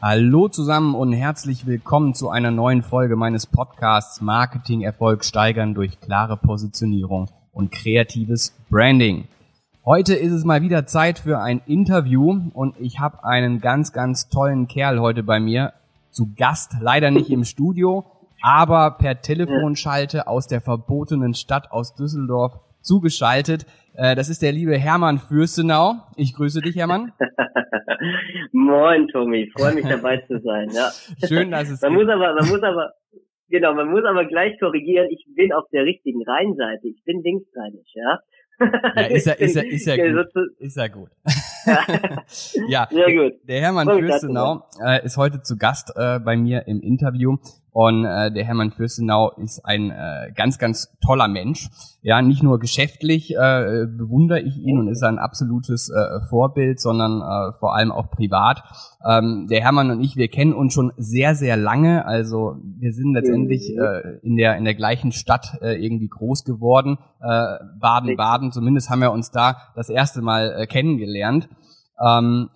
Hallo zusammen und herzlich willkommen zu einer neuen Folge meines Podcasts Marketing-Erfolg steigern durch klare Positionierung und kreatives Branding. Heute ist es mal wieder Zeit für ein Interview und ich habe einen ganz, ganz tollen Kerl heute bei mir zu Gast, leider nicht im Studio, aber per Telefonschalte aus der verbotenen Stadt aus Düsseldorf zugeschaltet. Das ist der liebe Hermann Fürstenau. Ich grüße dich, Hermann. Moin, Tommy. Freue mich dabei zu sein. Ja. Schön, dass es man muss aber gleich korrigieren. Ich bin auf der richtigen Rheinseite. Ich bin linksrheinisch, ja. Ja, ist ja gut. Ja, sehr gut. Der Hermann Fürstenau ist heute zu Gast bei mir im Interview. Und der Hermann Fürstenau ist ein ganz, ganz toller Mensch. Ja, nicht nur geschäftlich bewundere ich ihn und ist ein absolutes Vorbild, sondern vor allem auch privat. Der Hermann und ich, wir kennen uns schon sehr, sehr lange. Also wir sind letztendlich in der gleichen Stadt irgendwie groß geworden. Baden-Baden, zumindest haben wir uns da das erste Mal kennengelernt. Haben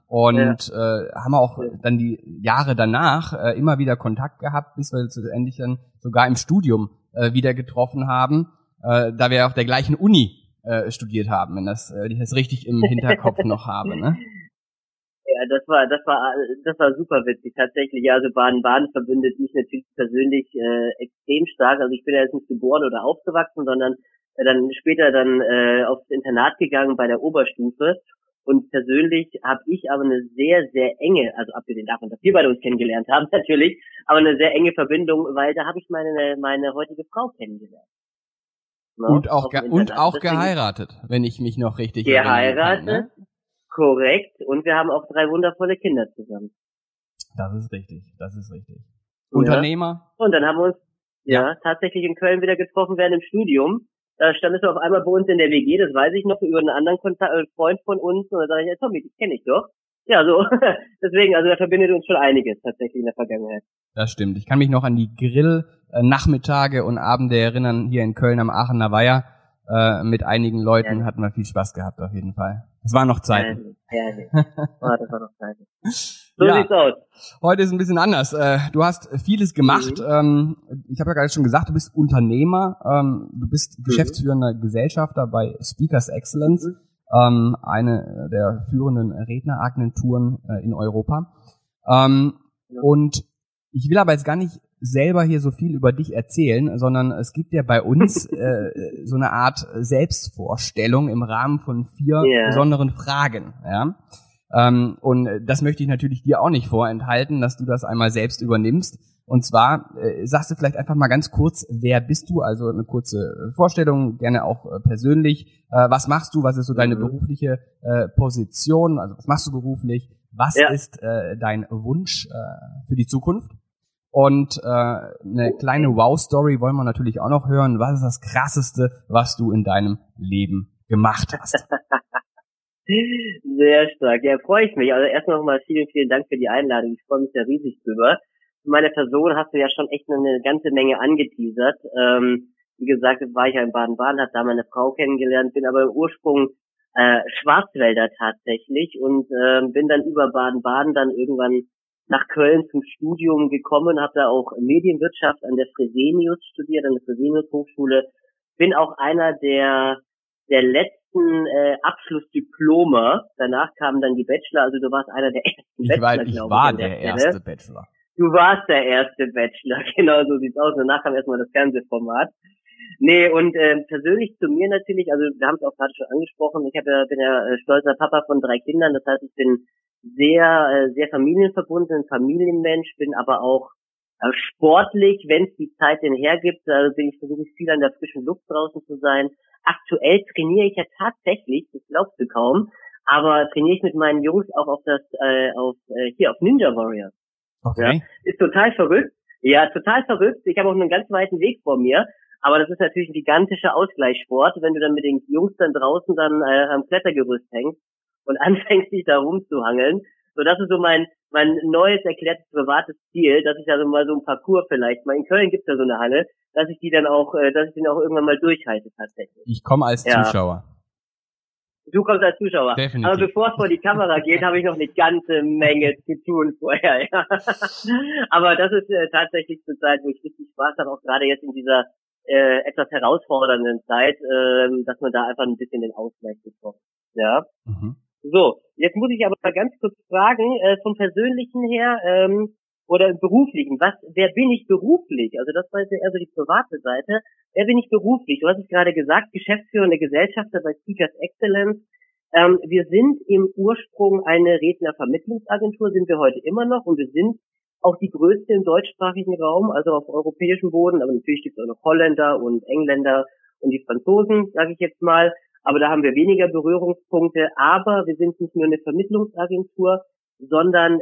auch dann die Jahre danach immer wieder Kontakt gehabt, bis wir letztendlich dann sogar im Studium wieder getroffen haben, da wir auf der gleichen Uni studiert haben, wenn ich das richtig im Hinterkopf noch habe, ne? Ja, das war super witzig, tatsächlich. Ja, also Baden-Baden verbindet mich natürlich persönlich extrem stark. Also ich bin ja jetzt nicht geboren oder aufgewachsen, sondern dann später aufs Internat gegangen bei der Oberstufe. Und persönlich habe ich aber eine sehr, sehr enge, also abgesehen davon, dass wir beide uns kennengelernt haben natürlich, aber eine sehr enge Verbindung, weil da habe ich meine heutige Frau kennengelernt. No? Und auch geheiratet, wenn ich mich noch richtig erinnere. Geheiratet, ne? Korrekt. Und wir haben auch 3 wundervolle Kinder zusammen. Das ist richtig. Unternehmer. Und dann haben wir uns tatsächlich in Köln wieder getroffen während dem Studium. Da standest du auf einmal bei uns in der WG, das weiß ich noch, über einen anderen Freund von uns. Und da sage ich, ja Tommy, die kenne ich doch. Ja, so. Deswegen, also da verbindet uns schon einiges tatsächlich in der Vergangenheit. Das stimmt. Ich kann mich noch an die Grill-Nachmittage und Abende erinnern, hier in Köln am Aachener Weiher. Mit einigen Leuten hatten wir viel Spaß gehabt, auf jeden Fall. Das waren noch Zeiten. Herrlich. Das war noch Zeiten. So sieht's aus. Heute ist ein bisschen anders. Du hast vieles gemacht. Ich habe ja gerade schon gesagt, du bist Unternehmer. Du bist geschäftsführender Gesellschafter bei Speakers Excellence, eine der führenden Redneragenturen in Europa. Und ich will aber jetzt gar nicht selber hier so viel über dich erzählen, sondern es gibt ja bei uns so eine Art Selbstvorstellung im Rahmen von 4 besonderen Fragen. Ja? Und das möchte ich natürlich dir auch nicht vorenthalten, dass du das einmal selbst übernimmst. Und zwar sagst du vielleicht einfach mal ganz kurz, wer bist du? Also eine kurze Vorstellung, gerne auch persönlich. Was machst du? Was ist so deine berufliche Position? Also was machst du beruflich? Was ist dein Wunsch für die Zukunft? Und eine kleine Wow-Story wollen wir natürlich auch noch hören. Was ist das Krasseste, was du in deinem Leben gemacht hast? Sehr stark. Ja, freue ich mich. Also erstmal nochmal vielen, vielen Dank für die Einladung. Ich freue mich sehr riesig drüber. Zu meiner Person hast du ja schon echt eine ganze Menge angeteasert. Wie gesagt, war ich ja in Baden-Baden, habe da meine Frau kennengelernt, bin aber im Ursprung Schwarzwälder tatsächlich und bin dann über Baden-Baden dann irgendwann nach Köln zum Studium gekommen, habe da auch Medienwirtschaft an der Fresenius studiert, an der Fresenius Hochschule. Bin auch einer der letzten Abschlussdiplomer. Danach kamen dann die Bachelor, also du warst einer der ersten Bachelor, ich war der erste Bachelor. Du warst der erste Bachelor, genau so sieht's aus. Danach kam erstmal das Fernsehformat. Nee, und persönlich zu mir natürlich, also wir haben es auch gerade schon angesprochen, bin ja stolzer Papa von 3 Kindern, das heißt, ich bin sehr, sehr familienverbunden, Familienmensch, bin aber auch sportlich, wenn es die Zeit denn hergibt, versuche ich viel an der frischen Luft draußen zu sein. Aktuell trainiere ich ja tatsächlich, das glaubst du kaum, aber trainiere ich mit meinen Jungs auch auf Ninja Warrior. Okay. Ja, ist total verrückt. Ja, total verrückt. Ich habe auch einen ganz weiten Weg vor mir. Aber das ist natürlich ein gigantischer Ausgleichssport, wenn du dann mit den Jungs dann draußen dann am Klettergerüst hängst und anfängst, dich da rumzuhangeln. So, das ist so mein neues erklärtes privates Ziel, dass ich also mal so ein Parcours vielleicht, mal in Köln gibt's ja so eine Halle, dass ich den auch irgendwann mal durchhalte tatsächlich. Ich komme als Zuschauer. Du kommst als Zuschauer. Definitiv. Aber bevor es vor die Kamera geht, habe ich noch eine ganze Menge zu tun vorher. Ja. Aber das ist tatsächlich zur Zeit, wo ich richtig Spaß habe, auch gerade jetzt in dieser etwas herausfordernden Zeit, dass man da einfach ein bisschen den Ausgleich bekommt. Ja. Mhm. So, jetzt muss ich aber mal ganz kurz fragen, vom Persönlichen her oder Beruflichen, wer bin ich beruflich? Also das war jetzt eher so die private Seite. Wer bin ich beruflich? Du hast es gerade gesagt, geschäftsführende Gesellschafter bei Speakers Excellence. Wir sind im Ursprung eine Rednervermittlungsagentur, sind wir heute immer noch, und wir sind auch die größte im deutschsprachigen Raum, also auf europäischem Boden, aber natürlich gibt es auch noch Holländer und Engländer und die Franzosen, sage ich jetzt mal, aber da haben wir weniger Berührungspunkte, aber wir sind nicht nur eine Vermittlungsagentur, sondern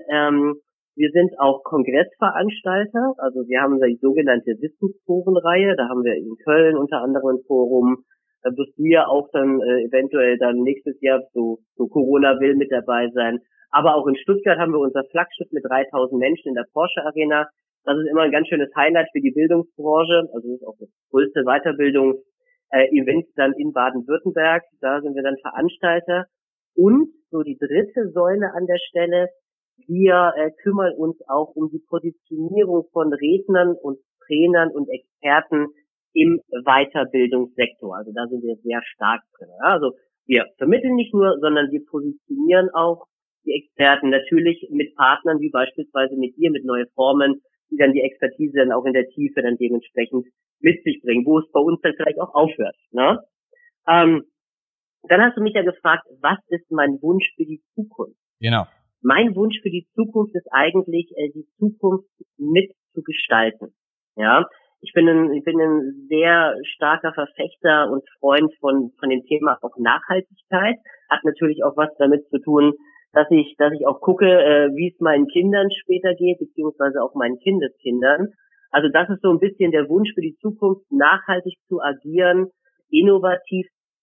wir sind auch Kongressveranstalter, also wir haben die sogenannte Wissensforenreihe, da haben wir in Köln unter anderem ein Forum, da wirst du ja auch dann eventuell dann nächstes Jahr, so Corona will, mit dabei sein. Aber auch in Stuttgart haben wir unser Flaggschiff mit 3000 Menschen in der Porsche Arena. Das ist immer ein ganz schönes Highlight für die Bildungsbranche. Also das ist auch das größte Weiterbildungsevent dann in Baden-Württemberg. Da sind wir dann Veranstalter. Und so die dritte Säule an der Stelle, wir kümmern uns auch um die Positionierung von Rednern und Trainern und Experten im Weiterbildungssektor. Also da sind wir sehr stark drin. Also wir vermitteln nicht nur, sondern wir positionieren auch die Experten natürlich mit Partnern, wie beispielsweise mit dir, mit Neue Formen, die dann die Expertise dann auch in der Tiefe dann dementsprechend mit sich bringen, wo es bei uns dann vielleicht auch aufhört. Ne? Dann hast du mich ja gefragt, was ist mein Wunsch für die Zukunft? Genau. Mein Wunsch für die Zukunft ist eigentlich, die Zukunft mitzugestalten. Ja, ich bin ein sehr starker Verfechter und Freund von dem Thema auch Nachhaltigkeit. Hat natürlich auch was damit zu tun, dass ich auch gucke, wie es meinen Kindern später geht, beziehungsweise auch meinen Kindeskindern. Also das ist so ein bisschen der Wunsch für die Zukunft, nachhaltig zu agieren, innovativ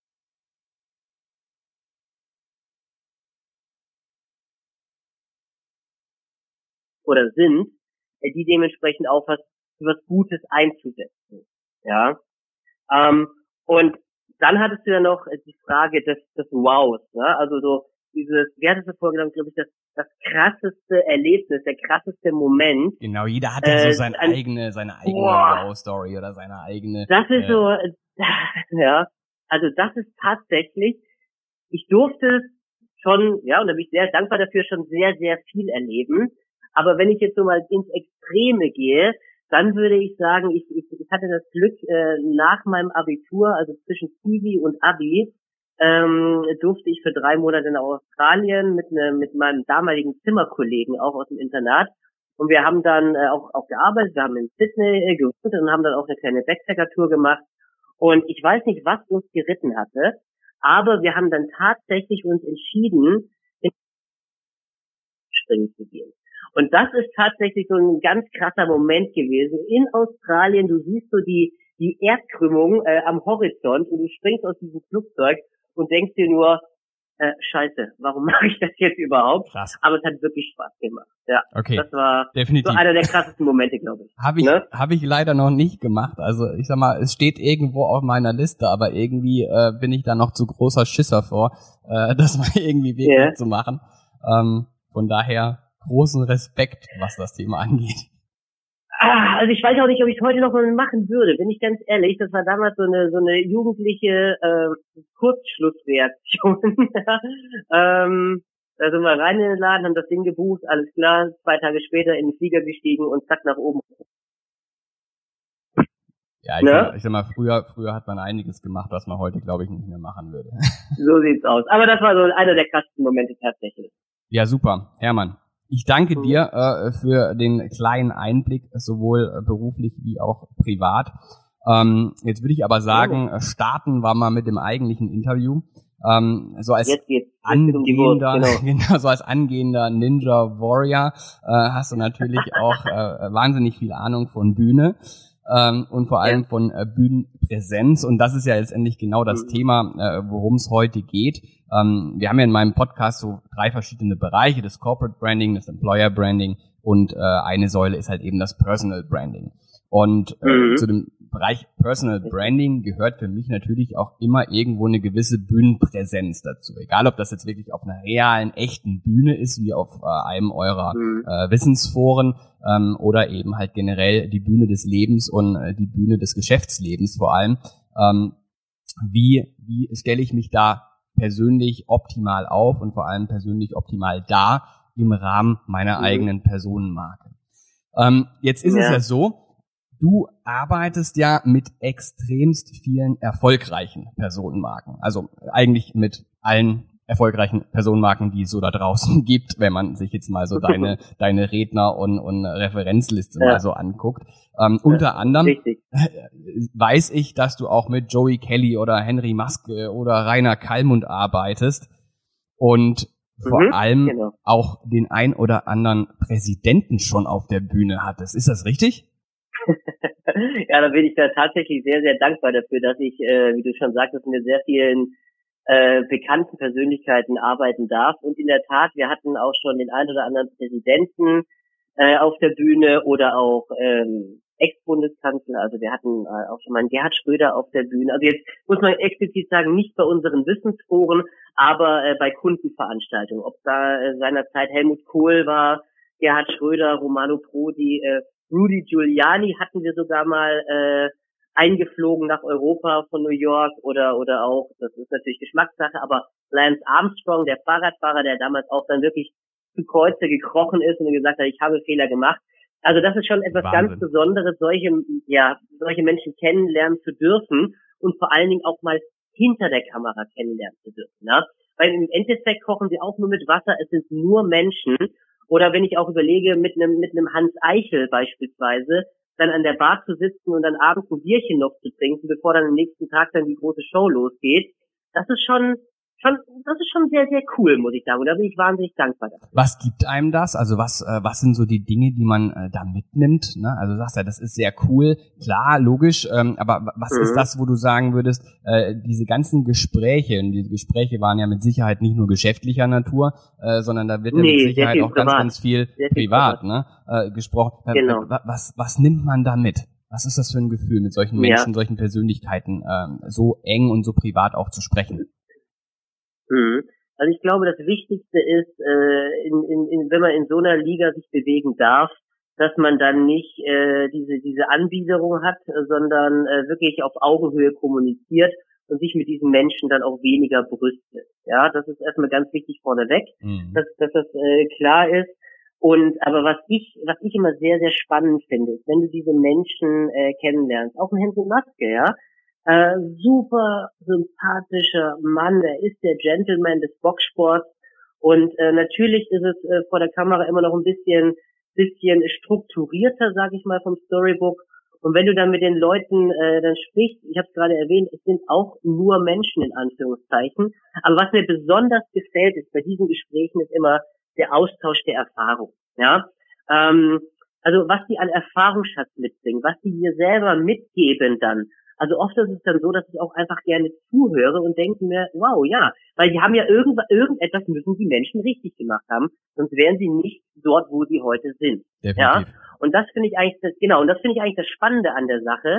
oder sind, die dementsprechend auch was Gutes einzusetzen. Ja. Und dann hattest du ja noch die Frage des Wows, ne? Also so wie hattest du vorgenommen, glaube ich, das krasseste Erlebnis, der krasseste Moment. Genau, jeder hat ja so seine eigene Wow-Story oder seine eigene. Das ist so, ja, also das ist tatsächlich, ich durfte schon, ja, und da bin ich sehr dankbar dafür, schon sehr, sehr viel erleben. Aber wenn ich jetzt so mal ins Extreme gehe, dann würde ich sagen, ich hatte das Glück, nach meinem Abitur, also zwischen Zivi und Abi, durfte ich für 3 Monate nach Australien mit meinem damaligen Zimmerkollegen auch aus dem Internat. Und wir haben dann auch gearbeitet, wir haben in Sydney gewohnt und haben dann auch eine kleine Backpacker-Tour gemacht. Und ich weiß nicht, was uns geritten hatte, aber wir haben dann tatsächlich uns entschieden, in Springen zu gehen. Und das ist tatsächlich so ein ganz krasser Moment gewesen. In Australien, du siehst so die Erdkrümmung am Horizont und du springst aus diesem Flugzeug und denkst dir nur, scheiße, warum mache ich das jetzt überhaupt? Krass. Aber es hat wirklich Spaß gemacht. Ja, okay. Das war definitiv so einer der krassesten Momente, glaube ich. Hab ich leider noch nicht gemacht. Also ich sag mal, es steht irgendwo auf meiner Liste, aber irgendwie bin ich da noch zu großer Schisser vor, das mal irgendwie wirklich zu machen. Von daher großen Respekt, was das Thema angeht. Also ich weiß auch nicht, ob ich es heute noch mal machen würde, bin ich ganz ehrlich. Das war damals so eine jugendliche Kurzschlussreaktion. Da sind wir rein in den Laden, haben das Ding gebucht, alles klar, 2 Tage später in den Flieger gestiegen und zack nach oben. Ja, ich sag mal, früher hat man einiges gemacht, was man heute, glaube ich, nicht mehr machen würde. So sieht's aus. Aber das war so einer der krassesten Momente tatsächlich. Ja, super. Hermann, ich danke dir für den kleinen Einblick, sowohl beruflich wie auch privat. Jetzt würde ich aber sagen, starten wir mal mit dem eigentlichen Interview. So als angehender, genau, so als angehender Ninja Warrior hast du natürlich auch wahnsinnig viel Ahnung von Bühne und vor allem von Bühnenpräsenz. Und das ist ja letztendlich genau das Thema, worum es heute geht. Wir haben ja in meinem Podcast so 3 verschiedene Bereiche, das Corporate Branding, das Employer Branding und eine Säule ist halt eben das Personal Branding. Und zu dem Bereich Personal Branding gehört für mich natürlich auch immer irgendwo eine gewisse Bühnenpräsenz dazu. Egal, ob das jetzt wirklich auf einer realen, echten Bühne ist, wie auf einem eurer Wissensforen, oder eben halt generell die Bühne des Lebens und die Bühne des Geschäftslebens vor allem. Wie stelle ich mich da persönlich optimal auf und vor allem persönlich optimal dar im Rahmen meiner eigenen Personenmarke? Jetzt ist es ja so, du arbeitest ja mit extremst vielen erfolgreichen Personenmarken. Also eigentlich mit allen erfolgreichen Personenmarken, die es so da draußen gibt, wenn man sich jetzt mal so deine Redner- und Referenzliste mal so anguckt. Unter anderem weiß ich, dass du auch mit Joey Kelly oder Henry Maske oder Rainer Kallmund arbeitest und vor allem auch den ein oder anderen Präsidenten schon auf der Bühne hattest. Ist das richtig? Ja, da bin ich da tatsächlich sehr, sehr dankbar dafür, dass ich, wie du schon sagtest, mit sehr vielen bekannten Persönlichkeiten arbeiten darf. Und in der Tat, wir hatten auch schon den ein oder anderen Präsidenten auf der Bühne oder auch Ex-Bundeskanzler. Also wir hatten auch schon mal einen Gerhard Schröder auf der Bühne. Also jetzt muss man explizit sagen, nicht bei unseren Wissensforen, aber bei Kundenveranstaltungen. Ob da seinerzeit Helmut Kohl war, Gerhard Schröder, Romano Prodi, Rudy Giuliani hatten wir sogar mal eingeflogen nach Europa von New York oder auch, das ist natürlich Geschmackssache, aber Lance Armstrong, der Fahrradfahrer, der damals auch dann wirklich zu Kreuze gekrochen ist und gesagt hat, ich habe Fehler gemacht. Also das ist schon etwas ganz Besonderes, solche Menschen kennenlernen zu dürfen und vor allen Dingen auch mal hinter der Kamera kennenlernen zu dürfen. Ja? Weil im Endeffekt kochen sie auch nur mit Wasser, es sind nur Menschen. Oder wenn ich auch überlege, mit einem Hans Eichel beispielsweise, dann an der Bar zu sitzen und dann abends ein Bierchen noch zu trinken, bevor dann am nächsten Tag dann die große Show losgeht, das ist schon sehr, sehr cool, muss ich sagen. Und da bin ich wahnsinnig dankbar dafür. Was gibt einem das? Also was sind so die Dinge, die man da mitnimmt? Ne? Also du sagst ja, das ist sehr cool, klar, logisch, aber was ist das, wo du sagen würdest, diese ganzen Gespräche, und diese Gespräche waren ja mit Sicherheit nicht nur geschäftlicher Natur, sondern da wird ja mit Sicherheit auch ganz viel privat gesprochen. Genau. Was nimmt man da mit? Was ist das für ein Gefühl, mit solchen Menschen, solchen Persönlichkeiten so eng und so privat auch zu sprechen? Also ich glaube, das Wichtigste ist, wenn man in so einer Liga sich bewegen darf, dass man dann nicht diese Anbiederung hat, sondern wirklich auf Augenhöhe kommuniziert und sich mit diesen Menschen dann auch weniger brüstet. Ja, das ist erstmal ganz wichtig vorneweg, dass das klar ist. Aber was ich immer sehr, sehr spannend finde, ist, wenn du diese Menschen kennenlernst, auch ein Henry Maske, ja, super sympathischer Mann, er ist der Gentleman des Boxsports und natürlich ist es vor der Kamera immer noch ein bisschen strukturierter, sage ich mal, vom Storybook. Und wenn du dann mit den Leuten dann sprichst, ich habe es gerade erwähnt, es sind auch nur Menschen in Anführungszeichen, aber was mir besonders gefällt ist bei diesen Gesprächen ist immer der Austausch der Erfahrung, ja. Also was die an Erfahrungsschatz mitbringen, was die dir selber mitgeben dann. Also oft ist es dann so, dass ich auch einfach gerne zuhöre und denke mir, wow, ja, weil die haben ja irgendetwas müssen die Menschen richtig gemacht haben, sonst wären sie nicht dort, wo sie heute sind. Definitiv. Ja, und das finde ich eigentlich das Spannende an der Sache,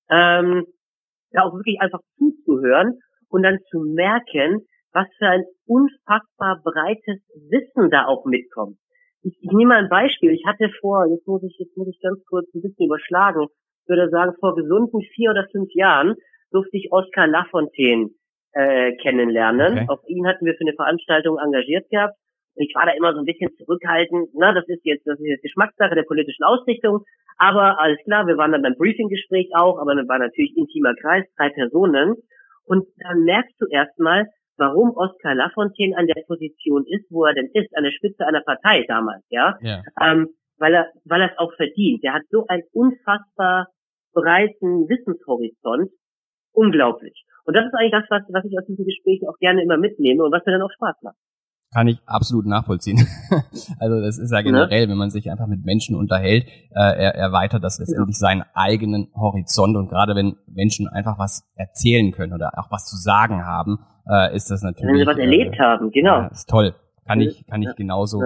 ja auch wirklich einfach zuzuhören und dann zu merken, was für ein unfassbar breites Wissen da auch mitkommt. Ich nehme mal ein Beispiel. Ich hatte jetzt muss ich ganz kurz ein bisschen überschlagen, ich würde sagen, vor gesunden 4 oder 5 Jahren durfte ich Oskar Lafontaine kennenlernen. Okay. Auch ihn hatten wir für eine Veranstaltung engagiert gehabt. Ich war da immer so ein bisschen zurückhaltend. Das ist jetzt Geschmackssache der politischen Ausrichtung. Aber alles klar, wir waren dann beim Briefinggespräch auch, aber dann war natürlich intimer Kreis, 3 Personen. Und dann merkst du erstmal, warum Oskar Lafontaine an der Position ist, wo er denn ist, an der Spitze einer Partei damals, ja. Weil er es auch verdient. Der hat so einen unfassbar breiten Wissenshorizont. Unglaublich. Und das ist eigentlich das, was ich aus diesen Gesprächen auch gerne immer mitnehme und was mir dann auch Spaß macht. Kann ich absolut nachvollziehen. Also das ist ja generell, wenn man sich einfach mit Menschen unterhält, erweitert das letztendlich seinen eigenen Horizont. Und gerade wenn Menschen einfach was erzählen können oder auch was zu sagen haben, ist das natürlich... Wenn sie was erlebt haben, genau. Ja, ist toll. Kann ich genauso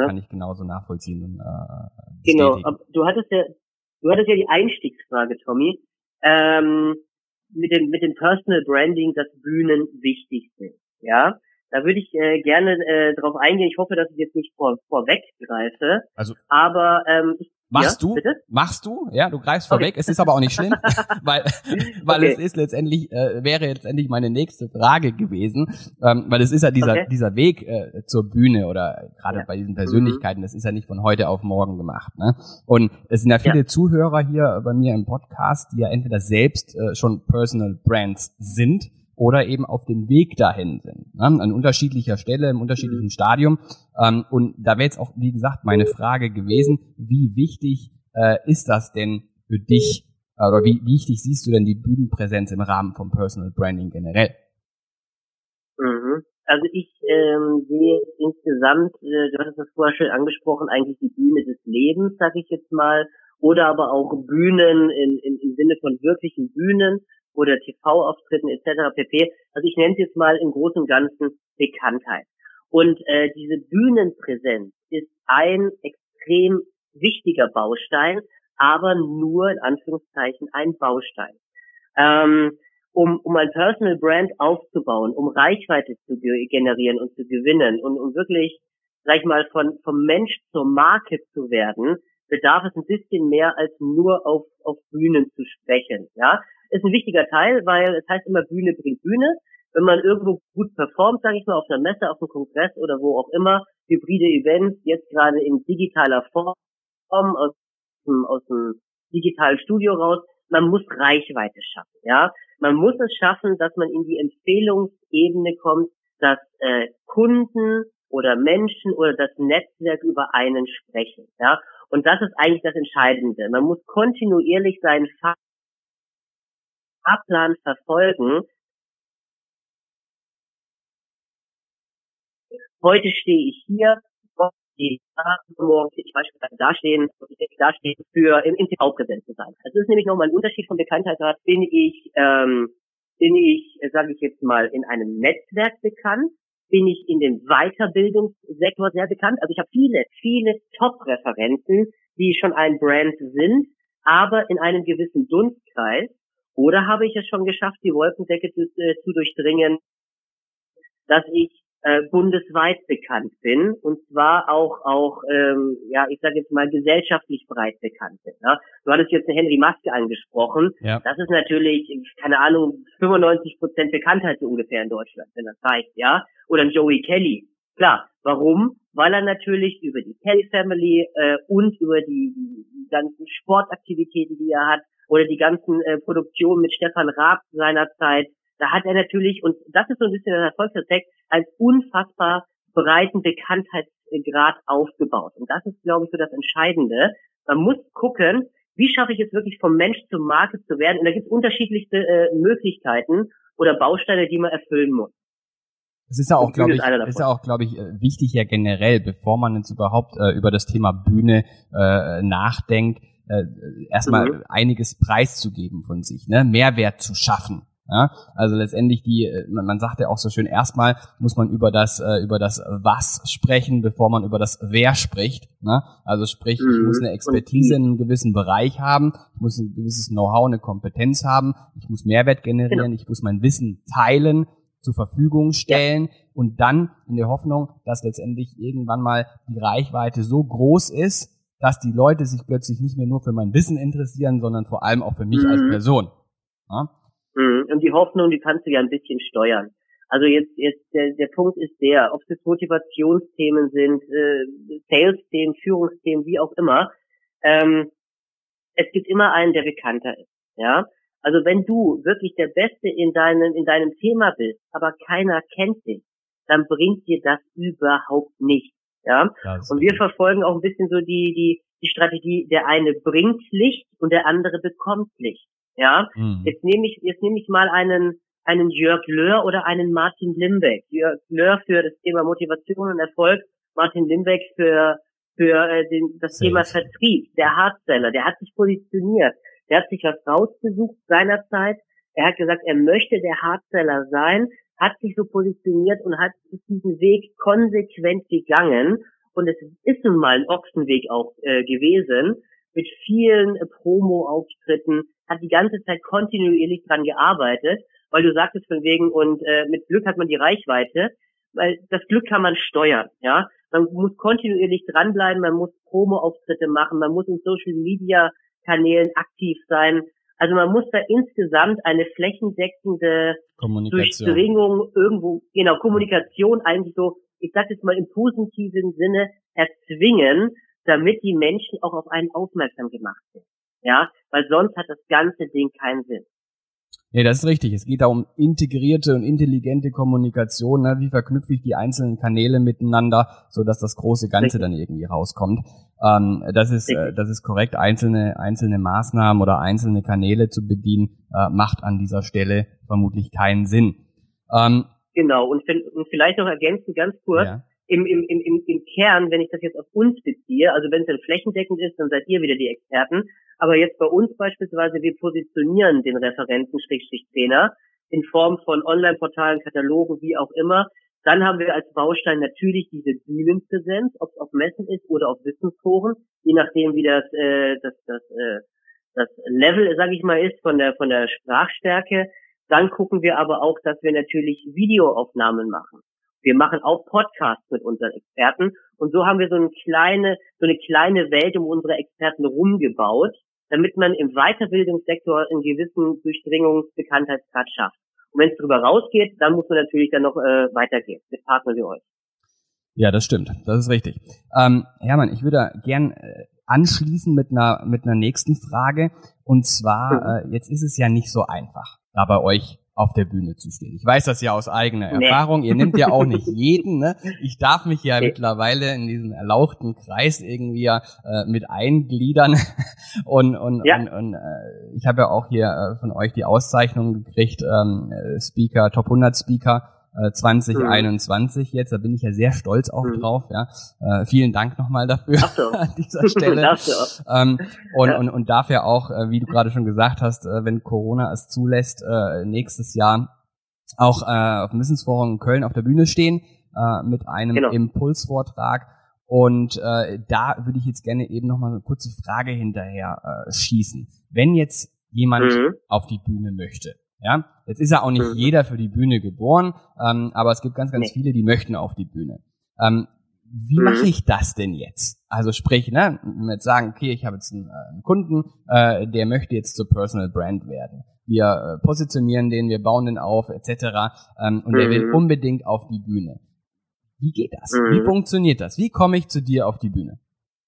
nachvollziehen. Und genau, aber du hattest ja die Einstiegsfrage, Tommy. mit dem Personal Branding, dass Bühnen wichtig sind. Ja, da würde ich gerne drauf eingehen. Ich hoffe, dass ich jetzt nicht vorweggreife. Also Aber machst ja, du? bitte? Machst du? Ja, du greifst Okay. vorweg. Es ist aber auch nicht schlimm, weil Okay. es ist letztendlich wäre letztendlich meine nächste Frage gewesen, weil es ist ja dieser Weg zur Bühne oder gerade bei diesen Persönlichkeiten, das ist ja nicht von heute auf morgen gemacht, ne? Und es sind ja viele Zuhörer hier bei mir im Podcast, die ja entweder selbst schon Personal Brands sind oder eben auf dem Weg dahin sind, ne? An unterschiedlicher Stelle, im unterschiedlichen Stadium. Und da wäre jetzt auch, wie gesagt, meine Frage gewesen, wie wichtig ist das denn für dich, oder wie wichtig siehst du denn die Bühnenpräsenz im Rahmen vom Personal Branding generell? Also ich sehe insgesamt, du hast es vorher schon angesprochen, eigentlich die Bühne des Lebens, sag ich jetzt mal, oder aber auch Bühnen im Sinne von wirklichen Bühnen oder TV-Auftritten etc. pp. Also ich nenne es jetzt mal im Großen und Ganzen Bekanntheit. Und diese Bühnenpräsenz ist ein extrem wichtiger Baustein, aber nur in Anführungszeichen ein Baustein. Um ein Personal Brand aufzubauen, um Reichweite zu generieren und zu gewinnen und um wirklich, sag ich mal, vom Mensch zur Marke zu werden, bedarf es ein bisschen mehr als nur auf Bühnen zu sprechen. Ja, ist ein wichtiger Teil, weil es heißt immer, Bühne bringt Bühne. Wenn man irgendwo gut performt, sage ich mal, auf einer Messe, auf einem Kongress oder wo auch immer, hybride Events, jetzt gerade in digitaler Form, aus dem digitalen Studio raus, man muss Reichweite schaffen, ja. Man muss es schaffen, dass man in die Empfehlungsebene kommt, dass Kunden oder Menschen oder das Netzwerk über einen sprechen, ja. Und das ist eigentlich das Entscheidende. Man muss kontinuierlich seinen Fahrplan verfolgen. Heute stehe ich hier, morgen ich beispielsweise dastehen für im TV präsent zu sein. Das ist nämlich nochmal ein Unterschied von Bekanntheitsgrad. Bin ich, sage ich jetzt mal, in einem Netzwerk bekannt? Bin ich in dem Weiterbildungssektor sehr bekannt? Also ich habe viele Top-Referenzen, die schon ein Brand sind, aber in einem gewissen Dunstkreis. Oder habe ich es schon geschafft, die Wolkendecke zu durchdringen, dass ich bundesweit bekannt bin und zwar auch ich sage jetzt mal gesellschaftlich breit bekannt bin. Ja? Du hattest jetzt eine Henry Maske angesprochen. Ja. Das ist natürlich, keine Ahnung, 95% Bekanntheit so ungefähr in Deutschland, wenn das reicht, ja. Oder ein Joey Kelly. Klar, warum? Weil er natürlich über die Kelly Family und über die ganzen Sportaktivitäten, die er hat, oder die ganzen Produktionen mit Stefan Raab seinerzeit, da hat er natürlich, und das ist so ein bisschen ein Erfolgsrezept, einen unfassbar breiten Bekanntheitsgrad aufgebaut. Und das ist, glaube ich, so das Entscheidende. Man muss gucken, wie schaffe ich es wirklich vom Mensch zur Marke zu werden. Und da gibt es unterschiedlichste Möglichkeiten oder Bausteine, die man erfüllen muss. Es ist ja auch, glaube ich, wichtig ja generell, bevor man jetzt überhaupt über das Thema Bühne nachdenkt, erstmal einiges preiszugeben von sich, ne? Mehrwert zu schaffen. Ja, also letztendlich man sagt ja auch so schön, erstmal muss man über das Was sprechen, bevor man über das Wer spricht. Ne? Also sprich, ich muss eine Expertise in einem gewissen Bereich haben, ich muss ein gewisses Know-how, eine Kompetenz haben, ich muss Mehrwert generieren, ich muss mein Wissen teilen, zur Verfügung stellen und dann in der Hoffnung, dass letztendlich irgendwann mal die Reichweite so groß ist, dass die Leute sich plötzlich nicht mehr nur für mein Wissen interessieren, sondern vor allem auch für mich als Person. Ja? Und die Hoffnung, die kannst du ja ein bisschen steuern. Also jetzt der Punkt ist ob es Motivationsthemen sind, Sales-Themen, Führungsthemen, wie auch immer. Es gibt immer einen, der bekannter ist. Ja, also wenn du wirklich der Beste in deinem Thema bist, aber keiner kennt dich, dann bringt dir das überhaupt nichts. Ja, und wir verfolgen auch ein bisschen so die Strategie: Der eine bringt Licht und der andere bekommt Licht. Ja, jetzt nehme ich mal einen Jörg Löhr oder einen Martin Limbeck. Jörg Löhr für das Thema Motivation und Erfolg, Martin Limbeck für das Thema Vertrieb, der Hardseller, der hat sich positioniert, der hat sich was rausgesucht seinerzeit, er hat gesagt, er möchte der Hardseller sein, hat sich so positioniert und hat diesen Weg konsequent gegangen und es ist nun mal ein Ochsenweg auch gewesen, mit vielen Promo-Auftritten, hat die ganze Zeit kontinuierlich dran gearbeitet, weil du sagtest von wegen, und mit Glück hat man die Reichweite, weil das Glück kann man steuern, ja. Man muss kontinuierlich dranbleiben, man muss Promo-Auftritte machen, man muss in Social-Media-Kanälen aktiv sein. Also man muss da insgesamt eine flächendeckende Durchdringung irgendwo, genau, Kommunikation eigentlich so, ich sag jetzt mal im positiven Sinne, erzwingen, damit die Menschen auch auf einen aufmerksam gemacht werden. Ja, weil sonst hat das ganze Ding keinen Sinn. Nee, das ist richtig. Es geht da um integrierte und intelligente Kommunikation. Ne? Wie verknüpfe ich die einzelnen Kanäle miteinander, so dass das große Ganze dann irgendwie rauskommt. Das ist korrekt. Einzelne Maßnahmen oder einzelne Kanäle zu bedienen, macht an dieser Stelle vermutlich keinen Sinn. Genau. Und vielleicht noch ergänzen ganz kurz. Ja. Im Kern, wenn ich das jetzt auf uns beziehe, also wenn es dann flächendeckend ist, dann seid ihr wieder die Experten. Aber jetzt bei uns beispielsweise, wir positionieren den Referenten-Trainer in Form von Online-Portalen, Katalogen, wie auch immer. Dann haben wir als Baustein natürlich diese Bühnenpräsenz, ob es auf Messen ist oder auf Wissensforen, je nachdem wie das Level, sage ich mal, ist von der Sprachstärke. Dann gucken wir aber auch, dass wir natürlich Videoaufnahmen machen. Wir machen auch Podcasts mit unseren Experten und so haben wir so eine kleine Welt um unsere Experten rumgebaut, damit man im Weiterbildungssektor einen gewissen Durchdringungsbekanntheitsgrad schafft. Und wenn es darüber rausgeht, dann muss man natürlich dann noch weitergehen mit Partnern wie euch. Ja, das stimmt. Das ist richtig. Hermann, ich würde gern anschließen mit einer nächsten Frage. Und zwar, jetzt ist es ja nicht so einfach, da bei euch auf der Bühne zu stehen. Ich weiß das ja aus eigener Erfahrung. Ihr nehmt ja auch nicht jeden, ne? Ich darf mich ja mittlerweile in diesen erlauchten Kreis irgendwie mit eingliedern und ich habe ja auch hier von euch die Auszeichnung gekriegt, Speaker, Top 100 Speaker 2021 jetzt, da bin ich ja sehr stolz auch drauf, ja. Vielen Dank nochmal dafür an dieser Stelle. Und darf ja auch, wie du gerade schon gesagt hast, wenn Corona es zulässt, nächstes Jahr auch auf dem Wissensforum in Köln auf der Bühne stehen mit einem Impulsvortrag. Und da würde ich jetzt gerne eben nochmal eine kurze Frage hinterher schießen. Wenn jetzt jemand auf die Bühne möchte, ja, jetzt ist ja auch nicht jeder für die Bühne geboren, aber es gibt ganz viele, die möchten auf die Bühne. Wie mache ich das denn jetzt? Also sprich, ne, wenn wir jetzt sagen, okay, ich habe jetzt einen Kunden, der möchte jetzt zur Personal Brand werden. Wir positionieren den, wir bauen den auf, etc. Und der will unbedingt auf die Bühne. Wie geht das? Wie funktioniert das? Wie komme ich zu dir auf die Bühne?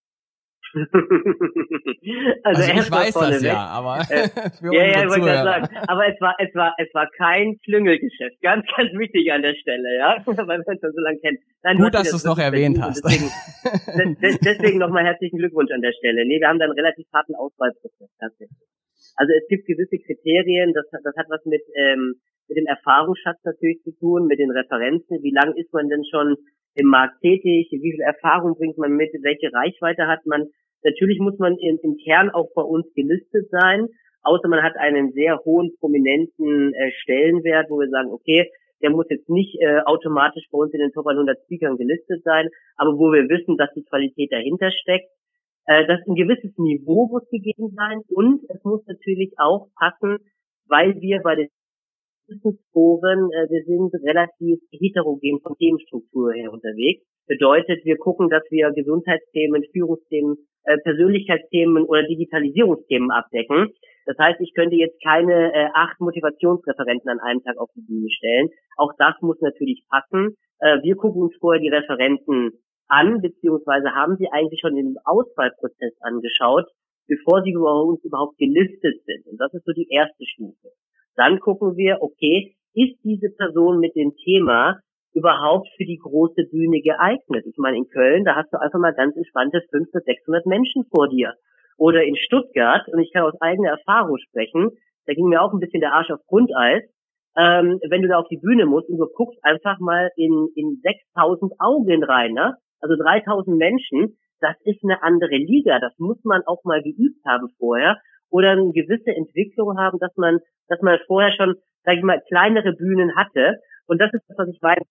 Also ich weiß das ja, aber für ja, ich wollte gerade sagen, aber es war kein Klüngelgeschäft, ganz wichtig an der Stelle, ja, weil man es so lange kennt. Nein, gut, dass du es noch erwähnt hast. Deswegen nochmal herzlichen Glückwunsch an der Stelle. Nee, wir haben da einen relativ harten Auswahlprozess tatsächlich. Also es gibt gewisse Kriterien, das hat was mit dem Erfahrungsschatz natürlich zu tun, mit den Referenzen, wie lange ist man denn schon im Markt tätig, wie viel Erfahrung bringt man mit, welche Reichweite hat man. Natürlich muss man im Kern auch bei uns gelistet sein, außer man hat einen sehr hohen, prominenten Stellenwert, wo wir sagen, okay, der muss jetzt nicht automatisch bei uns in den Top 100 Speakern gelistet sein, aber wo wir wissen, dass die Qualität dahinter steckt. Das ein gewisses Niveau muss gegeben sein und es muss natürlich auch passen, weil wir bei den Wissensforen, wir sind relativ heterogen von Themenstruktur her unterwegs. Bedeutet, wir gucken, dass wir Gesundheitsthemen, Führungsthemen, Persönlichkeitsthemen oder Digitalisierungsthemen abdecken. Das heißt, ich könnte jetzt keine 8 Motivationsreferenten an einem Tag auf die Bühne stellen. Auch das muss natürlich passen. Wir gucken uns vorher die Referenten an, beziehungsweise haben sie eigentlich schon im Auswahlprozess angeschaut, bevor sie bei uns überhaupt gelistet sind. Und das ist so die erste Stufe. Dann gucken wir, okay, ist diese Person mit dem Thema überhaupt für die große Bühne geeignet? Ich meine, in Köln, da hast du einfach mal ganz entspannte 500 bis 600 Menschen vor dir. Oder in Stuttgart, und ich kann aus eigener Erfahrung sprechen, da ging mir auch ein bisschen der Arsch auf Grundeis, wenn du da auf die Bühne musst und du guckst einfach mal in 6.000 Augen rein, ne? Also 3.000 Menschen, das ist eine andere Liga, das muss man auch mal geübt haben vorher oder eine gewisse Entwicklung haben, dass man vorher schon, sag ich mal, kleinere Bühnen hatte. Und das ist das, was ich weiß.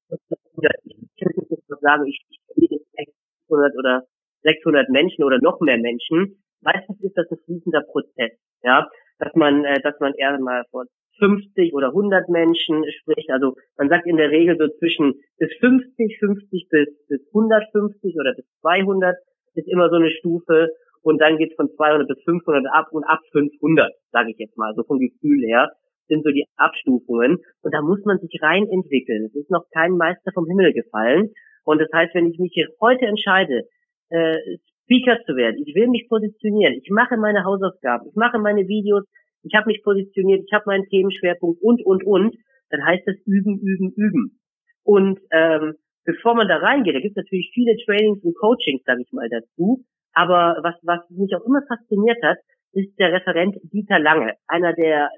Ich kann nicht sagen, ich spiele jetzt 600 oder 600 Menschen oder noch mehr Menschen. Meistens ist das ein fließender Prozess. Ja, dass man eher mal vor 50 oder 100 Menschen spricht. Also man sagt in der Regel so zwischen bis 50 bis 150 oder bis 200 ist immer so eine Stufe. Und dann geht's von 200 bis 500 ab und ab 500, sage ich jetzt mal, so vom Gefühl her, sind so die Abstufungen. Und da muss man sich rein entwickeln. Es ist noch kein Meister vom Himmel gefallen. Und das heißt, wenn ich mich hier heute entscheide, Speaker zu werden, ich will mich positionieren, ich mache meine Hausaufgaben, ich mache meine Videos, ich habe mich positioniert, ich habe meinen Themenschwerpunkt und, dann heißt das üben, üben, üben. Und bevor man da reingeht, da gibt es natürlich viele Trainings und Coachings, sage ich mal, dazu. Aber was mich auch immer fasziniert hat, ist der Referent Dieter Lange, einer der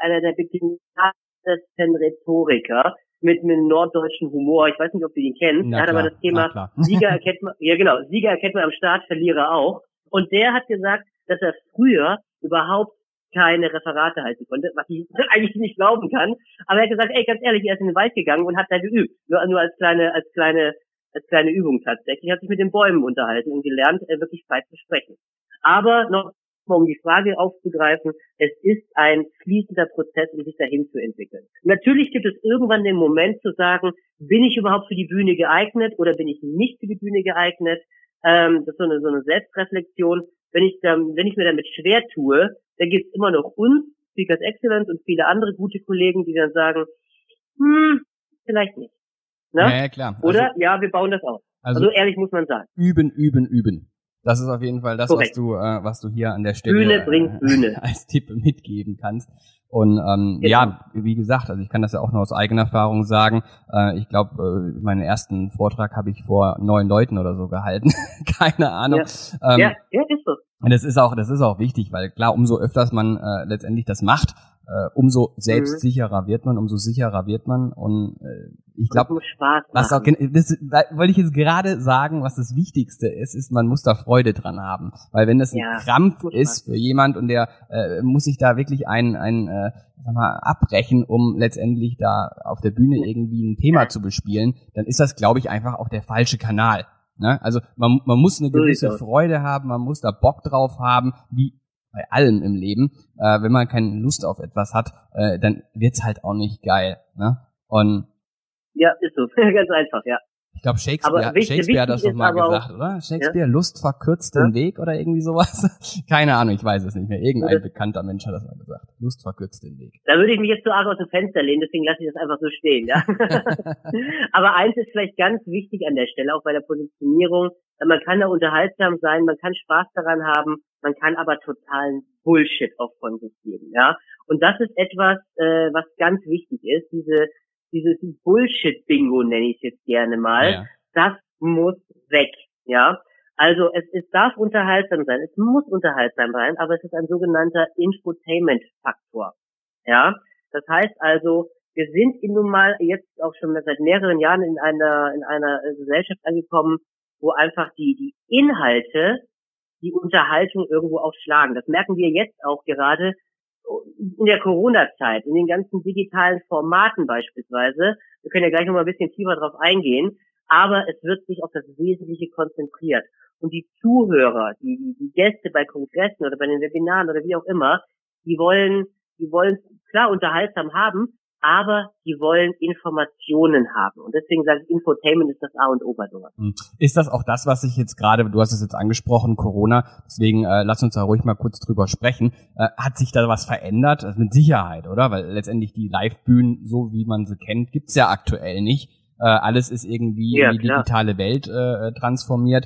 bekanntesten Rhetoriker mit einem norddeutschen Humor. Ich weiß nicht, ob du ihn kennst. Er hat aber das Thema Sieger erkennt man am Start, Verlierer auch. Und der hat gesagt, dass er früher überhaupt keine Referate halten konnte, was ich eigentlich nicht glauben kann. Aber er hat gesagt, ganz ehrlich, er ist in den Wald gegangen und hat da geübt. Nur als kleine Übung tatsächlich, hat sich mit den Bäumen unterhalten und gelernt, wirklich frei zu sprechen. Aber noch mal, um die Frage aufzugreifen, es ist ein fließender Prozess, um sich dahin zu entwickeln. Natürlich gibt es irgendwann den Moment zu sagen, bin ich überhaupt für die Bühne geeignet oder bin ich nicht für die Bühne geeignet? Das ist so eine Selbstreflexion. Wenn ich mir damit schwer tue, dann gibt es immer noch uns, Speakers Excellence und viele andere gute Kollegen, die dann sagen, vielleicht nicht. Ne? Ja, klar. Oder, wir bauen das auf. Also ehrlich muss man sagen. Üben. Das ist auf jeden Fall das, was du hier an der Stelle Bühne bringt Bühne. Als Tipp mitgeben kannst. Und ja, wie gesagt, also ich kann das ja auch nur aus eigener Erfahrung sagen. Ich glaube, meinen ersten Vortrag habe ich vor 9 Leuten oder so gehalten. Keine Ahnung. Ist so. Und das ist auch wichtig, weil klar, umso öfters man letztendlich das macht, umso selbstsicherer wird man, umso sicherer wird man. Und ich glaube, das wollte ich jetzt gerade sagen, was das Wichtigste ist, man muss da Freude dran haben. Weil wenn das ein Krampf ist für jemand und der muss sich da wirklich abbrechen, um letztendlich da auf der Bühne irgendwie ein Thema zu bespielen, dann ist das, glaube ich, einfach auch der falsche Kanal. Ne? Also man muss eine gewisse Freude haben, man muss da Bock drauf haben, wie bei allem im Leben. Wenn man keine Lust auf etwas hat, dann wird's halt auch nicht geil. Ne? Und ja, ist so. Ganz einfach, ja. Ich glaube, Shakespeare hat das doch mal gesagt, oder? Shakespeare, Lust verkürzt den Weg oder irgendwie sowas? Keine Ahnung, ich weiß es nicht mehr. Irgendein bekannter Mensch hat das mal gesagt. Lust verkürzt den Weg. Da würde ich mich jetzt so arg aus dem Fenster lehnen, deswegen lasse ich das einfach so stehen, ja. Aber eins ist vielleicht ganz wichtig an der Stelle, auch bei der Positionierung. Man kann da unterhaltsam sein, man kann Spaß daran haben, man kann aber totalen Bullshit auch von sich geben, ja. Und das ist etwas, was ganz wichtig ist, dieses Bullshit-Bingo nenne ich es jetzt gerne mal, das muss weg, ja. Also es darf unterhaltsam sein, es muss unterhaltsam sein, aber es ist ein sogenannter Infotainment-Faktor, ja. Das heißt also, wir sind nun mal jetzt auch schon seit mehreren Jahren in einer Gesellschaft angekommen, wo einfach die Inhalte die Unterhaltung irgendwo aufschlagen. Das merken wir jetzt auch gerade in der Corona-Zeit, in den ganzen digitalen Formaten beispielsweise. Wir können ja gleich noch mal ein bisschen tiefer drauf eingehen, aber es wird sich auf das Wesentliche konzentriert. Und die Zuhörer, die Gäste bei Kongressen oder bei den Webinaren oder wie auch immer, die wollen klar unterhaltsam haben, aber die wollen Informationen haben. Und deswegen sage ich, Infotainment ist das A und O bei sowas. Ist das auch das, was ich jetzt gerade, du hast es jetzt angesprochen, Corona, deswegen lass uns da ruhig mal kurz drüber sprechen. Hat sich da was verändert? Also mit Sicherheit, oder? Weil letztendlich die Live-Bühnen, so wie man sie kennt, gibt's ja aktuell nicht. Alles ist irgendwie in die digitale Welt transformiert.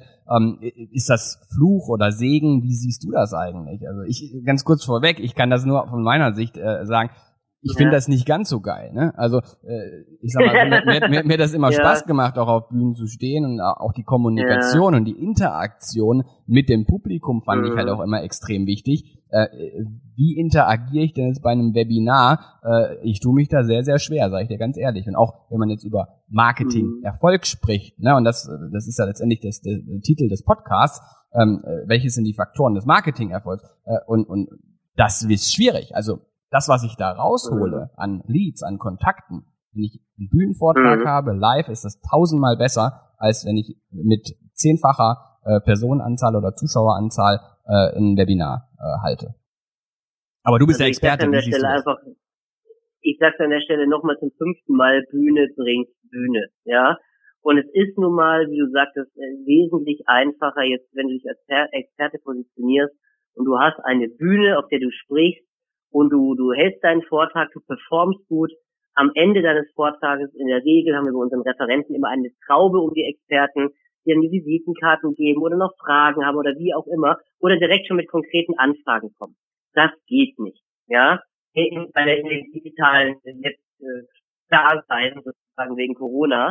Ist das Fluch oder Segen? Wie siehst du das eigentlich? Also ganz kurz vorweg, ich kann das nur von meiner Sicht sagen, ich finde das nicht ganz so geil, ne? Also ich sag mal, mir hat das immer Spaß gemacht, auch auf Bühnen zu stehen und auch die Kommunikation und die Interaktion mit dem Publikum fand ich halt auch immer extrem wichtig. Wie interagiere ich denn jetzt bei einem Webinar? Ich tue mich da sehr, sehr schwer, sage ich dir ganz ehrlich. Und auch wenn man jetzt über Marketing-Erfolg spricht, ne? Und das ist ja letztendlich der Titel des Podcasts. Welches sind die Faktoren des Marketing-Erfolgs? Und das ist schwierig. Also das, was ich da raushole an Leads, an Kontakten, wenn ich einen Bühnenvortrag habe, live, ist das 1000-mal besser, als wenn ich mit 10-facher Personenanzahl oder Zuschaueranzahl ein Webinar halte. Aber du bist der Experte, wie siehst du das? Ich sag's an der Stelle nochmal zum 5. Mal, Bühne bringt Bühne, ja. Und es ist nun mal, wie du sagtest, wesentlich einfacher jetzt, wenn du dich als Experte positionierst und du hast eine Bühne, auf der du sprichst und du hältst deinen Vortrag, du performst gut. Am Ende deines Vortrages, in der Regel, haben wir bei unseren Referenten immer eine Traube um die Experten, die dann die Visitenkarten geben oder noch Fragen haben oder wie auch immer oder direkt schon mit konkreten Anfragen kommen. Das geht nicht, ja. Bei der digitalen Dasein, sozusagen wegen Corona.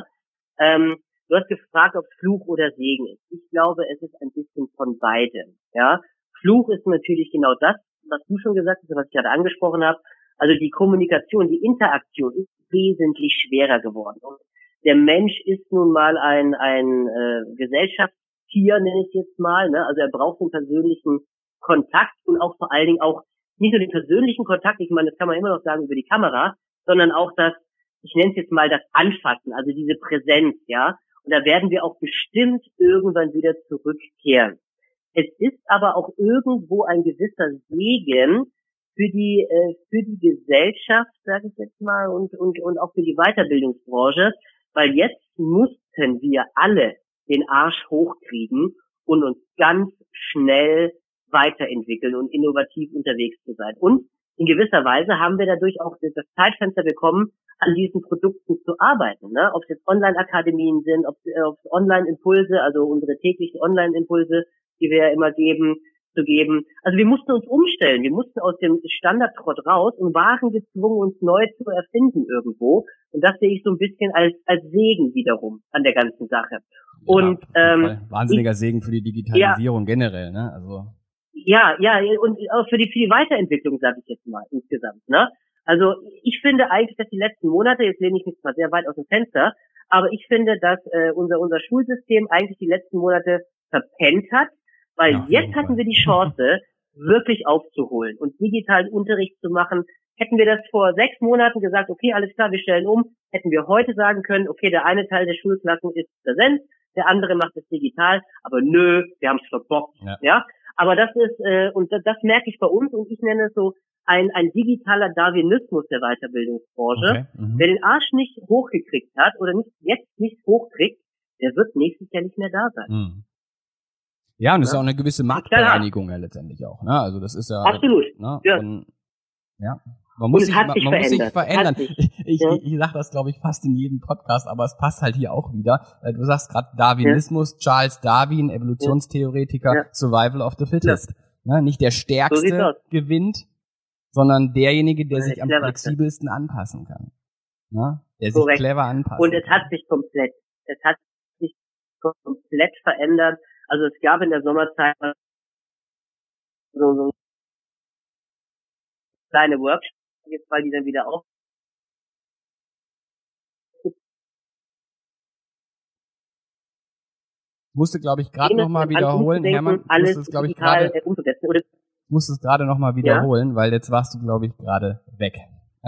Du hast gefragt, ob es Fluch oder Segen ist. Ich glaube, es ist ein bisschen von beidem. Ja, Fluch ist natürlich genau das, was du schon gesagt hast, was ich gerade angesprochen habe. Also die Kommunikation, die Interaktion ist wesentlich schwerer geworden. Und der Mensch ist nun mal ein Gesellschaftstier, nenne ich es jetzt mal. Ne? Also er braucht den persönlichen Kontakt und auch vor allen Dingen auch nicht nur den persönlichen Kontakt, ich meine, das kann man immer noch sagen über die Kamera, sondern auch das, ich nenne es jetzt mal das Anfassen, also diese Präsenz, ja. Und da werden wir auch bestimmt irgendwann wieder zurückkehren. Es ist aber auch irgendwo ein gewisser Segen für die Gesellschaft, sage ich jetzt mal, und auch für die Weiterbildungsbranche, weil jetzt mussten wir alle den Arsch hochkriegen und uns ganz schnell weiterentwickeln und innovativ unterwegs zu sein. Und in gewisser Weise haben wir dadurch auch das Zeitfenster bekommen, an diesen Produkten zu arbeiten. Ne? Ob es jetzt Online-Akademien sind, ob es Online-Impulse, also unsere täglichen Online-Impulse, die wir ja immer zu geben. Also wir mussten uns umstellen. Wir mussten aus dem Standardtrott raus und waren gezwungen, uns neu zu erfinden irgendwo. Und das sehe ich so ein bisschen als Segen wiederum an der ganzen Sache. Ja, und wahnsinniger Segen für die Digitalisierung generell, ne? Also ja, und auch für die Weiterentwicklung, sage ich jetzt mal, insgesamt, ne? Also, ich finde eigentlich, dass die letzten Monate, jetzt lehne ich mich zwar sehr weit aus dem Fenster, aber ich finde, dass unser Schulsystem eigentlich die letzten Monate verpennt hat, weil jetzt hatten wir die Chance, wirklich aufzuholen und digitalen Unterricht zu machen. Hätten wir das vor 6 Monaten gesagt, okay, alles klar, wir stellen um, hätten wir heute sagen können, okay, der eine Teil der Schulklassen ist präsent, der andere macht es digital, aber nö, wir haben es verbockt, ja. Aber das ist, und das merke ich bei uns, und ich nenne es so ein digitaler Darwinismus der Weiterbildungsbranche. Okay. Wer den Arsch nicht hochgekriegt hat oder jetzt nicht hochkriegt, der wird nächstes Jahr nicht mehr da sein. Mhm. Ja, und das ist auch eine gewisse Marktbereinigung ja letztendlich auch, ne? Also das ist ja absolut. Ne? Ja. Und, ja. Man muss sich verändern. Ich sage das, glaube ich, fast in jedem Podcast, aber es passt halt hier auch wieder. Du sagst gerade Darwinismus, Charles Darwin, Evolutionstheoretiker, Survival of the Fittest. Ne? Nicht der Stärkste gewinnt, sondern derjenige, der sich am flexibelsten anpassen kann. Ne? Der sich clever anpasst. Und es hat sich komplett verändert. Also es gab in der Sommerzeit so kleine Workshops, jetzt weil die dann wieder auf. Musste, glaube ich, gerade nochmal wiederholen, Hermann. Musste es, glaube ich, gerade nochmal wiederholen, weil jetzt warst du, glaube ich, gerade weg.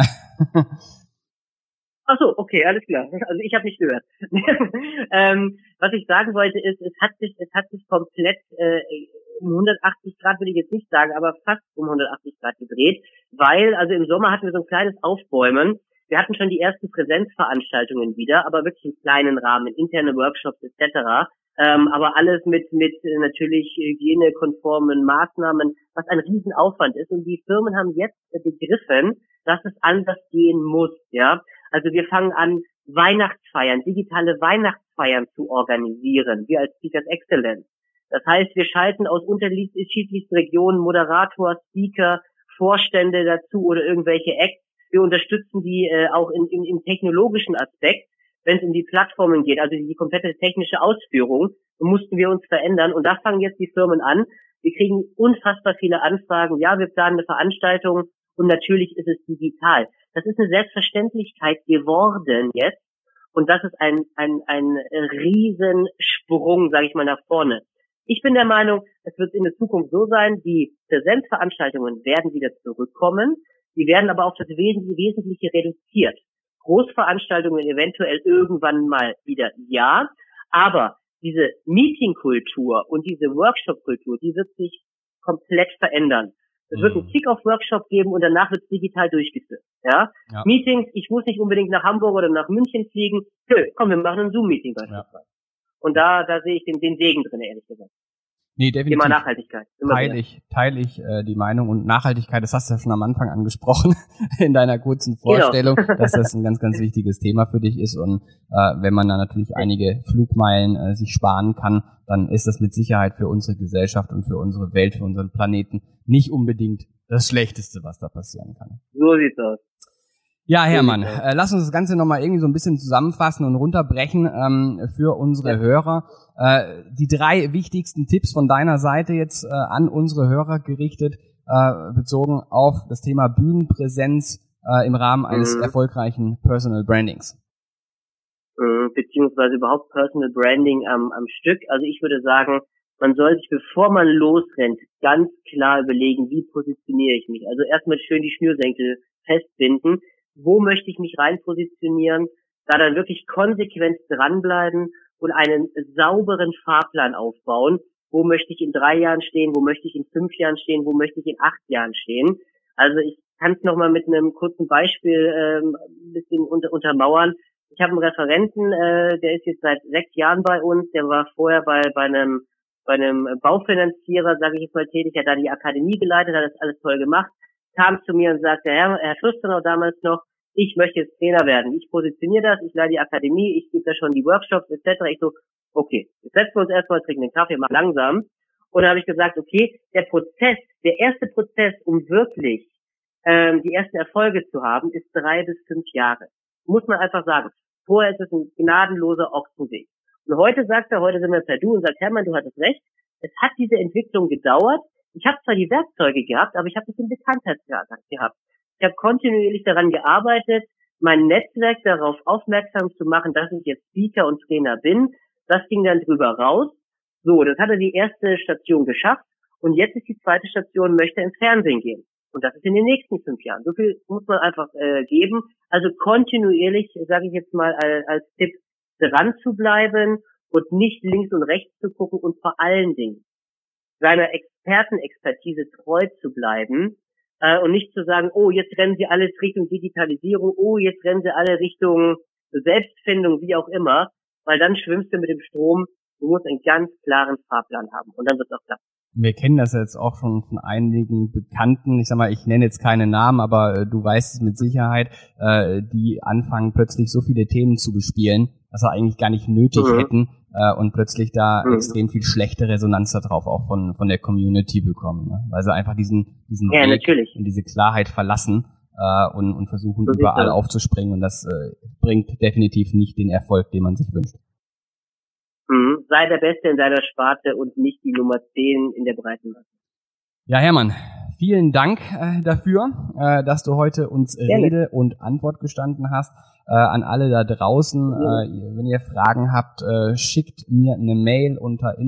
Ach so, okay, alles klar. Also ich habe nicht gehört. Was ich sagen wollte ist, es hat sich komplett um 180 Grad, würde ich jetzt nicht sagen, aber fast um 180 Grad gedreht, weil, also im Sommer hatten wir so ein kleines Aufbäumen. Wir hatten schon die ersten Präsenzveranstaltungen wieder, aber wirklich im kleinen Rahmen, interne Workshops etc. Aber alles mit natürlich hygienekonformen Maßnahmen, was ein Riesenaufwand ist. Und die Firmen haben jetzt begriffen, dass es anders gehen muss, ja. Also wir fangen an, Weihnachtsfeiern, digitale Weihnachtsfeiern zu organisieren, wir als Speakers Excellence. Das heißt, wir schalten aus unterschiedlichsten Regionen Moderator, Speaker, Vorstände dazu oder irgendwelche Acts. Wir unterstützen die auch im technologischen Aspekt, wenn es um die Plattformen geht, also die komplette technische Ausführung, mussten wir uns verändern. Und da fangen jetzt die Firmen an. Wir kriegen unfassbar viele Anfragen. Ja, wir planen eine Veranstaltung und natürlich ist es digital. Das ist eine Selbstverständlichkeit geworden jetzt. Und das ist ein Riesensprung, sage ich mal, nach vorne. Ich bin der Meinung, es wird in der Zukunft so sein, die Präsenzveranstaltungen werden wieder zurückkommen. Die werden aber auf das Wesentliche reduziert. Großveranstaltungen eventuell irgendwann mal wieder ja. Aber diese Meetingkultur und diese Workshop-Kultur, die wird sich komplett verändern. Es wird einen Kick-Off-Workshop geben und danach wird es digital durchgeführt. Ja? Meetings, ich muss nicht unbedingt nach Hamburg oder nach München fliegen. Komm, wir machen ein Zoom-Meeting beispielsweise. Und da sehe ich den Segen drin, ehrlich gesagt. Nee, definitiv. Thema Nachhaltigkeit. Teile ich die Meinung, und Nachhaltigkeit, das hast du ja schon am Anfang angesprochen in deiner kurzen Vorstellung, dass das ein ganz, ganz wichtiges Thema für dich ist, und wenn man da natürlich einige Flugmeilen sich sparen kann, dann ist das mit Sicherheit für unsere Gesellschaft und für unsere Welt, für unseren Planeten nicht unbedingt das Schlechteste, was da passieren kann. So sieht's aus. Ja, Hermann, lass uns das Ganze nochmal irgendwie so ein bisschen zusammenfassen und runterbrechen für unsere Hörer. Die 3 wichtigsten Tipps von deiner Seite jetzt an unsere Hörer gerichtet, bezogen auf das Thema Bühnenpräsenz im Rahmen eines erfolgreichen Personal Brandings. Beziehungsweise überhaupt Personal Branding am Stück. Also ich würde sagen, man soll sich, bevor man losrennt, ganz klar überlegen, wie positioniere ich mich. Also erstmal schön die Schnürsenkel festbinden. Wo möchte ich mich rein positionieren? Da dann wirklich konsequent dranbleiben und einen sauberen Fahrplan aufbauen. Wo möchte ich in 3 Jahren stehen? Wo möchte ich in 5 Jahren stehen? Wo möchte ich in 8 Jahren stehen? Also ich kann es nochmal mit einem kurzen Beispiel ein bisschen untermauern. Ich habe einen Referenten, der ist jetzt seit 6 Jahren bei uns. Der war vorher bei einem Baufinanzierer, sage ich jetzt mal, tätig. Er hat da die Akademie geleitet, hat das alles toll gemacht. Kam zu mir und sagte, Herr Fürstenau damals noch, ich möchte jetzt Trainer werden. Ich positioniere das, ich leite die Akademie, ich gebe da schon die Workshops etc. Ich so, okay, jetzt setzen wir uns erstmal, trinken den Kaffee, machen langsam. Und dann habe ich gesagt, okay, der erste Prozess, um wirklich die ersten Erfolge zu haben, ist 3 bis 5 Jahre. Muss man einfach sagen. Vorher ist es ein gnadenloser Ochsenweg. Und heute sind wir per Du und sagt, Hermann, du hattest recht, es hat diese Entwicklung gedauert. Ich habe zwar die Werkzeuge gehabt, aber ich habe das in Bekanntheitsgrad gehabt. Ich habe kontinuierlich daran gearbeitet, mein Netzwerk darauf aufmerksam zu machen, dass ich jetzt Speaker und Trainer bin. Das ging dann drüber raus. So, das hat er die erste Station geschafft. Und jetzt ist die zweite Station, möchte ins Fernsehen gehen. Und das ist in den nächsten 5 Jahren. So viel muss man einfach geben. Also kontinuierlich, sage ich jetzt mal als Tipp, dran zu bleiben und nicht links und rechts zu gucken und vor allen Dingen seiner Expertenexpertise treu zu bleiben und nicht zu sagen, oh, jetzt rennen sie alle Richtung Digitalisierung, oh, jetzt rennen sie alle Richtung Selbstfindung, wie auch immer, weil dann schwimmst du mit dem Strom. Du musst einen ganz klaren Fahrplan haben und dann wird es auch klappen. Wir kennen das jetzt auch schon von einigen Bekannten, ich sag mal, ich nenne jetzt keine Namen, aber du weißt es mit Sicherheit, die anfangen plötzlich so viele Themen zu bespielen, was sie eigentlich gar nicht nötig hätten, und plötzlich da extrem viel schlechte Resonanz darauf auch von der Community bekommen, ne? Weil sie einfach diesen Weg und diese Klarheit verlassen und versuchen so überall aufzuspringen, und das bringt definitiv nicht den Erfolg, den man sich wünscht. Sei der Beste in deiner Sparte und nicht die Nummer 10 in der breiten Masse. Ja, Hermann, vielen Dank dafür, dass du heute uns Rede und Antwort gestanden hast. An alle da draußen, wenn ihr Fragen habt, schickt mir eine Mail unter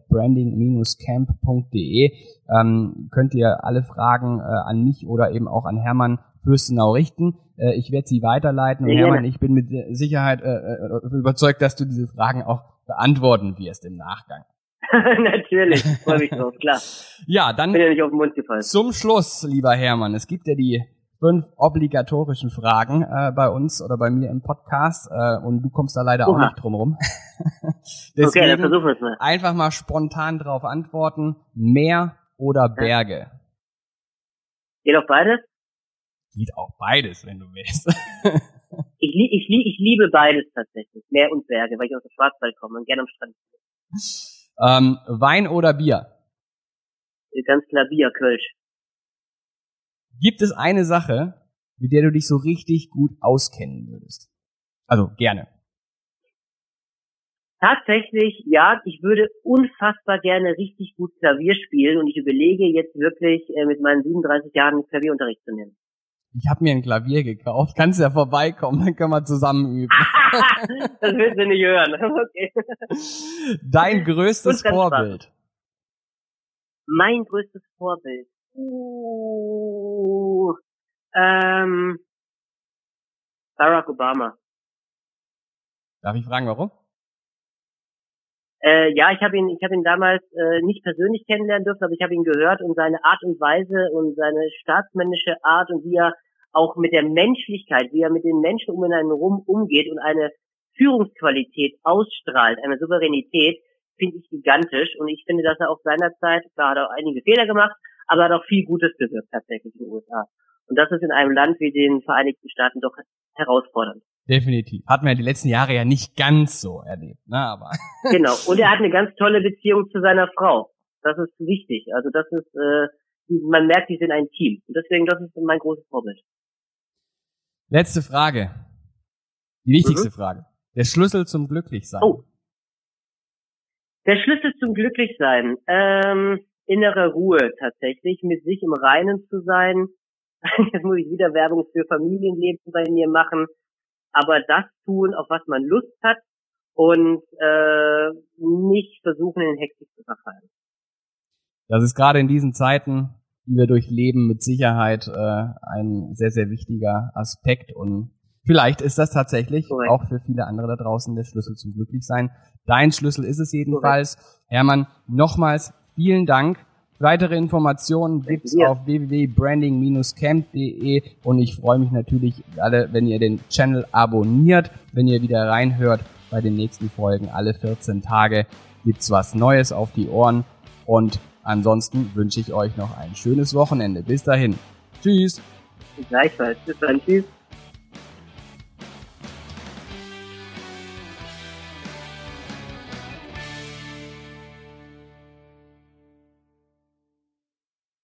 info@branding-camp.de. Könnt ihr alle Fragen an mich oder eben auch an Hermann Fürstenau richten. Ich werde sie weiterleiten. Und Hermann, ich bin mit Sicherheit überzeugt, dass du diese Fragen auch beantworten wirst im Nachgang. Natürlich, freue mich drauf, klar. Ja, dann bin ja nicht auf den Mund gefallen. Zum Schluss, lieber Hermann, es gibt ja die 5 obligatorischen Fragen bei uns oder bei mir im Podcast, und du kommst da leider auch nicht drum rum. Deswegen okay, dann versuchen wir es mal. Einfach mal spontan drauf antworten. Meer oder Berge? Geht auch beides? Geht auch beides, wenn du willst. Ich liebe beides tatsächlich, Meer und Berge, weil ich aus dem Schwarzwald komme und gerne am Strand bin. Wein oder Bier? Ganz klar Bier, Kölsch. Gibt es eine Sache, mit der du dich so richtig gut auskennen würdest? Also gerne. Tatsächlich, ja, ich würde unfassbar gerne richtig gut Klavier spielen und ich überlege jetzt wirklich mit meinen 37 Jahren Klavierunterricht zu nehmen. Ich habe mir ein Klavier gekauft. Kannst ja vorbeikommen, dann können wir zusammen üben. Das willst du nicht hören. Okay. Dein größtes Vorbild? Spaß. Mein größtes Vorbild? Barack Obama. Darf ich fragen, warum? Ja, ich habe ihn damals nicht persönlich kennenlernen dürfen, aber ich habe ihn gehört und seine Art und Weise und seine staatsmännische Art und wie er auch mit der Menschlichkeit, wie er mit den Menschen um ihn herum umgeht und eine Führungsqualität ausstrahlt, eine Souveränität, finde ich gigantisch. Und ich finde, dass er auch seinerzeit, klar hat er auch einige Fehler gemacht, aber hat auch viel Gutes bewirkt tatsächlich in den USA. Und das ist in einem Land wie den Vereinigten Staaten doch herausfordernd. Definitiv. Hatten wir die letzten Jahre ja nicht ganz so erlebt, ne, aber. Genau. Und er hat eine ganz tolle Beziehung zu seiner Frau. Das ist wichtig. Also das ist, man merkt, die sind ein Team. Und deswegen, das ist mein großes Vorbild. Letzte Frage. Die wichtigste Frage. Der Schlüssel zum Glücklichsein. Oh. Der Schlüssel zum Glücklichsein. Innere Ruhe tatsächlich, mit sich im Reinen zu sein. Jetzt muss ich wieder Werbung für Familienleben bei mir machen. Aber das tun, auf was man Lust hat und nicht versuchen, in Hektik zu verfallen. Das ist gerade in diesen Zeiten, die wir durchleben, mit Sicherheit ein sehr, sehr wichtiger Aspekt. Und vielleicht ist das tatsächlich auch für viele andere da draußen der Schlüssel zum Glücklichsein. Dein Schlüssel ist es jedenfalls. Hermann, nochmals vielen Dank. Weitere Informationen gibt's auf www.branding-camp.de und ich freue mich natürlich alle, wenn ihr den Channel abonniert, wenn ihr wieder reinhört bei den nächsten Folgen. Alle 14 Tage gibt's was Neues auf die Ohren und ansonsten wünsche ich euch noch ein schönes Wochenende. Bis dahin. Tschüss. Gleichfalls. Bis dann. Tschüss.